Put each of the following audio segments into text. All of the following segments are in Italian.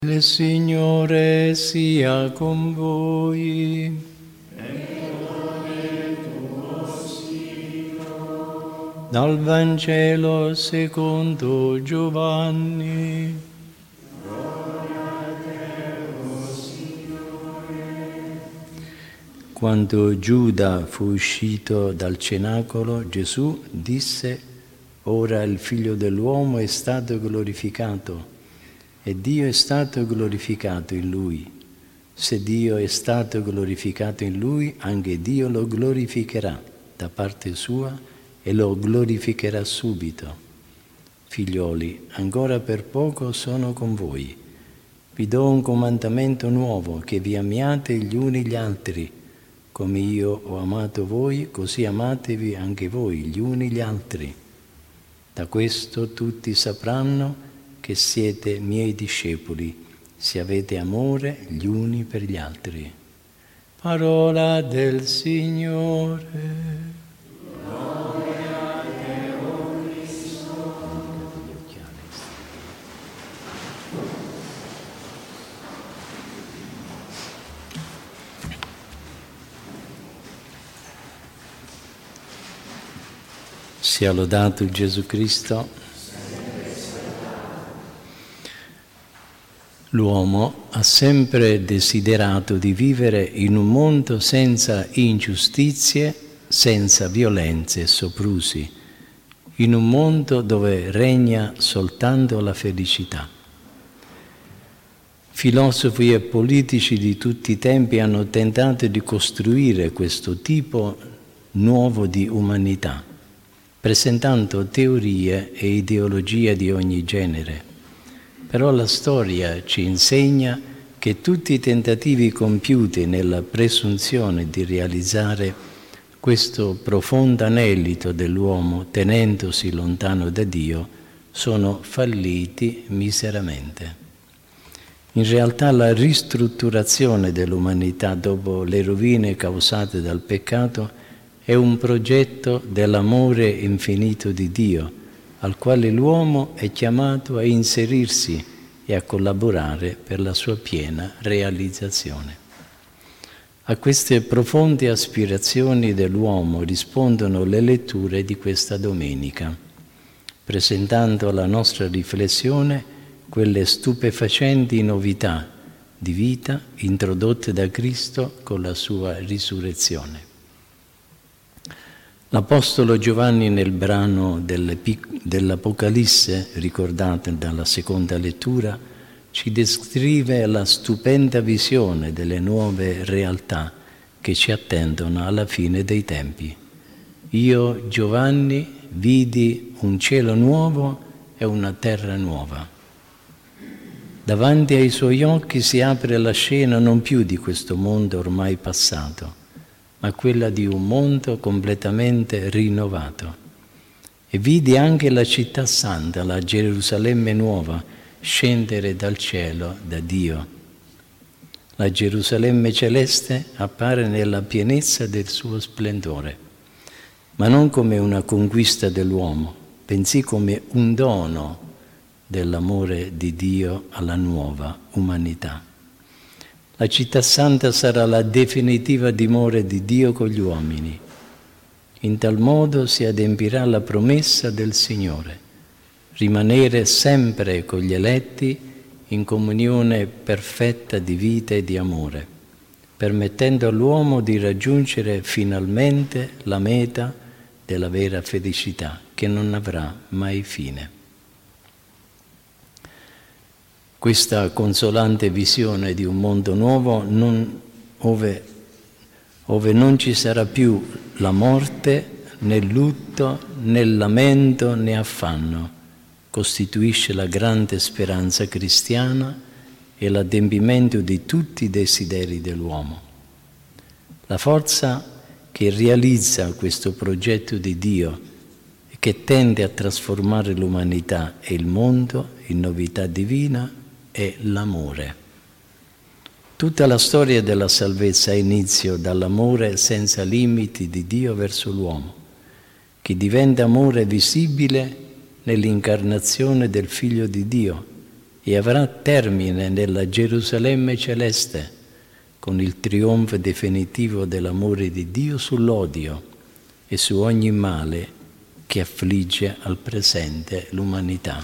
Il Signore sia con voi. E con il tuo spirito. Dal Vangelo secondo Giovanni. Gloria a te, o Signore. Quando Giuda fu uscito dal cenacolo, Gesù disse: «Ora il Figlio dell'uomo è stato glorificato, e Dio è stato glorificato in Lui. Se Dio è stato glorificato in Lui, anche Dio lo glorificherà da parte sua e lo glorificherà subito. Figlioli, ancora per poco sono con voi. Vi do un comandamento nuovo, che vi amiate gli uni gli altri. Come io ho amato voi, così amatevi anche voi gli uni gli altri. Da questo tutti sapranno che siete miei discepoli, se avete amore gli uni per gli altri». Parola del Signore. Gloria a te, o Cristo. Sia lodato Gesù Cristo. L'uomo ha sempre desiderato di vivere in un mondo senza ingiustizie, senza violenze e soprusi, in un mondo dove regna soltanto la felicità. Filosofi e politici di tutti i tempi hanno tentato di costruire questo tipo nuovo di umanità, presentando teorie e ideologie di ogni genere. Però la storia ci insegna che tutti i tentativi compiuti nella presunzione di realizzare questo profondo anelito dell'uomo tenendosi lontano da Dio sono falliti miseramente. In realtà la ristrutturazione dell'umanità dopo le rovine causate dal peccato è un progetto dell'amore infinito di Dio, al quale l'uomo è chiamato a inserirsi e a collaborare per la sua piena realizzazione. A queste profonde aspirazioni dell'uomo rispondono le letture di questa domenica, presentando alla nostra riflessione quelle stupefacenti novità di vita introdotte da Cristo con la sua risurrezione. L'Apostolo Giovanni nel brano dell'Apocalisse, ricordato dalla seconda lettura, ci descrive la stupenda visione delle nuove realtà che ci attendono alla fine dei tempi. Io, Giovanni, vidi un cielo nuovo e una terra nuova. Davanti ai suoi occhi si apre la scena non più di questo mondo ormai passato, ma quella di un mondo completamente rinnovato. E vidi anche la città santa, la Gerusalemme nuova, scendere dal cielo da Dio. La Gerusalemme celeste appare nella pienezza del suo splendore, ma non come una conquista dell'uomo, bensì come un dono dell'amore di Dio alla nuova umanità. La città santa sarà la definitiva dimora di Dio con gli uomini. In tal modo si adempirà la promessa del Signore, rimanere sempre con gli eletti in comunione perfetta di vita e di amore, permettendo all'uomo di raggiungere finalmente la meta della vera felicità, che non avrà mai fine. Questa consolante visione di un mondo nuovo ove non ci sarà più la morte, né lutto, né lamento, né affanno, costituisce la grande speranza cristiana e l'adempimento di tutti i desideri dell'uomo. La forza che realizza questo progetto di Dio e che tende a trasformare l'umanità e il mondo in novità divina è l'amore. Tutta la storia della salvezza ha inizio dall'amore senza limiti di Dio verso l'uomo, che diventa amore visibile nell'incarnazione del Figlio di Dio e avrà termine nella Gerusalemme celeste, con il trionfo definitivo dell'amore di Dio sull'odio e su ogni male che affligge al presente l'umanità.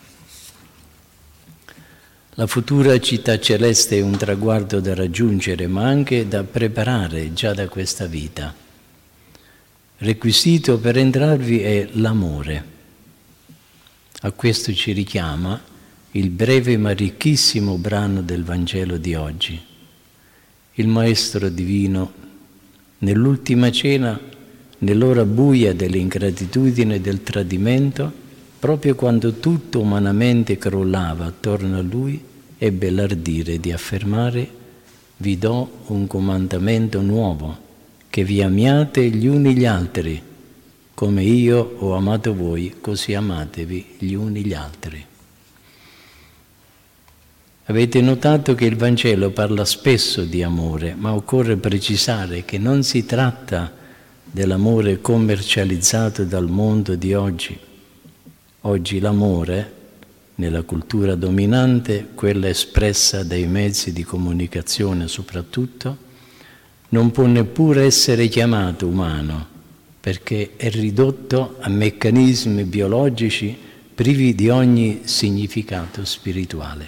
La futura città celeste è un traguardo da raggiungere, ma anche da preparare già da questa vita. Requisito per entrarvi è l'amore. A questo ci richiama il breve ma ricchissimo brano del Vangelo di oggi. Il Maestro Divino, nell'ultima cena, nell'ora buia dell'ingratitudine e del tradimento, proprio quando tutto umanamente crollava attorno a Lui, ebbe l'ardire di affermare: «Vi do un comandamento nuovo, che vi amiate gli uni gli altri, come io ho amato voi, così amatevi gli uni gli altri». Avete notato che il Vangelo parla spesso di amore, ma occorre precisare che non si tratta dell'amore commercializzato dal mondo di oggi. Oggi l'amore, nella cultura dominante, quella espressa dai mezzi di comunicazione soprattutto, non può neppure essere chiamato umano, perché è ridotto a meccanismi biologici privi di ogni significato spirituale.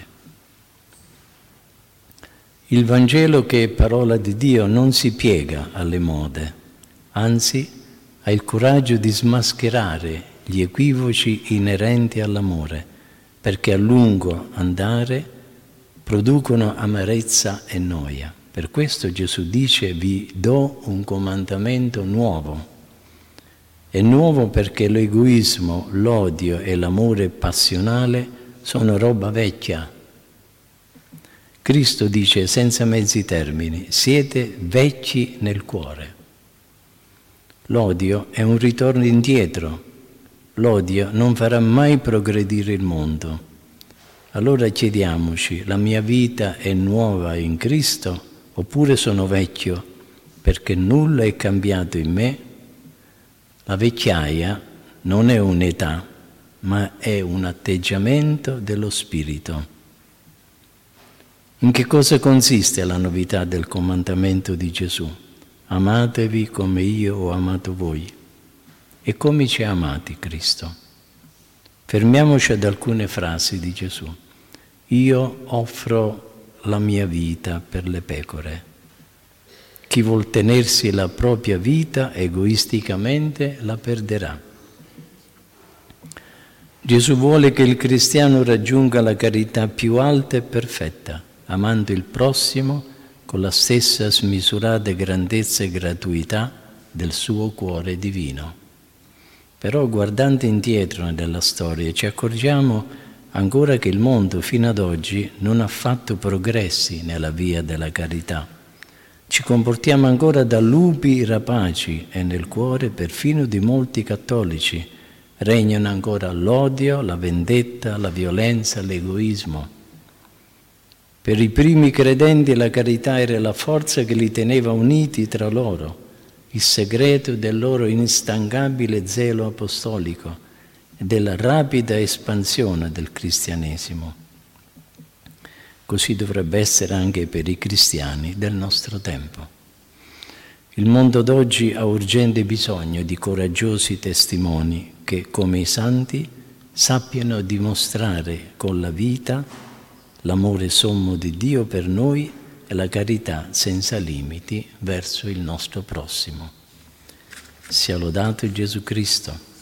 Il Vangelo, che è parola di Dio, non si piega alle mode, anzi ha il coraggio di smascherare gli equivoci inerenti all'amore, perché a lungo andare producono amarezza e noia. Per questo Gesù dice: vi do un comandamento nuovo. È nuovo perché l'egoismo, l'odio e l'amore passionale sono roba vecchia. Cristo dice senza mezzi termini: siete vecchi nel cuore. L'odio è un ritorno indietro. L'odio non farà mai progredire il mondo. Allora chiediamoci: la mia vita è nuova in Cristo oppure sono vecchio perché nulla è cambiato in me? La vecchiaia non è un'età, ma è un atteggiamento dello spirito. In che cosa consiste la novità del comandamento di Gesù? Amatevi come io ho amato voi. E come ci ha amati Cristo? Fermiamoci ad alcune frasi di Gesù. Io offro la mia vita per le pecore. Chi vuol tenersi la propria vita egoisticamente la perderà. Gesù vuole che il cristiano raggiunga la carità più alta e perfetta, amando il prossimo con la stessa smisurata grandezza e gratuità del suo cuore divino. Però guardando indietro nella storia ci accorgiamo ancora che il mondo fino ad oggi non ha fatto progressi nella via della carità. Ci comportiamo ancora da lupi rapaci e nel cuore perfino di molti cattolici regnano ancora l'odio, la vendetta, la violenza, l'egoismo. Per i primi credenti la carità era la forza che li teneva uniti tra loro, il segreto del loro instancabile zelo apostolico e della rapida espansione del cristianesimo. Così dovrebbe essere anche per i cristiani del nostro tempo. Il mondo d'oggi ha urgente bisogno di coraggiosi testimoni che, come i santi, sappiano dimostrare con la vita l'amore sommo di Dio per noi e la carità senza limiti verso il nostro prossimo. Sia lodato Gesù Cristo.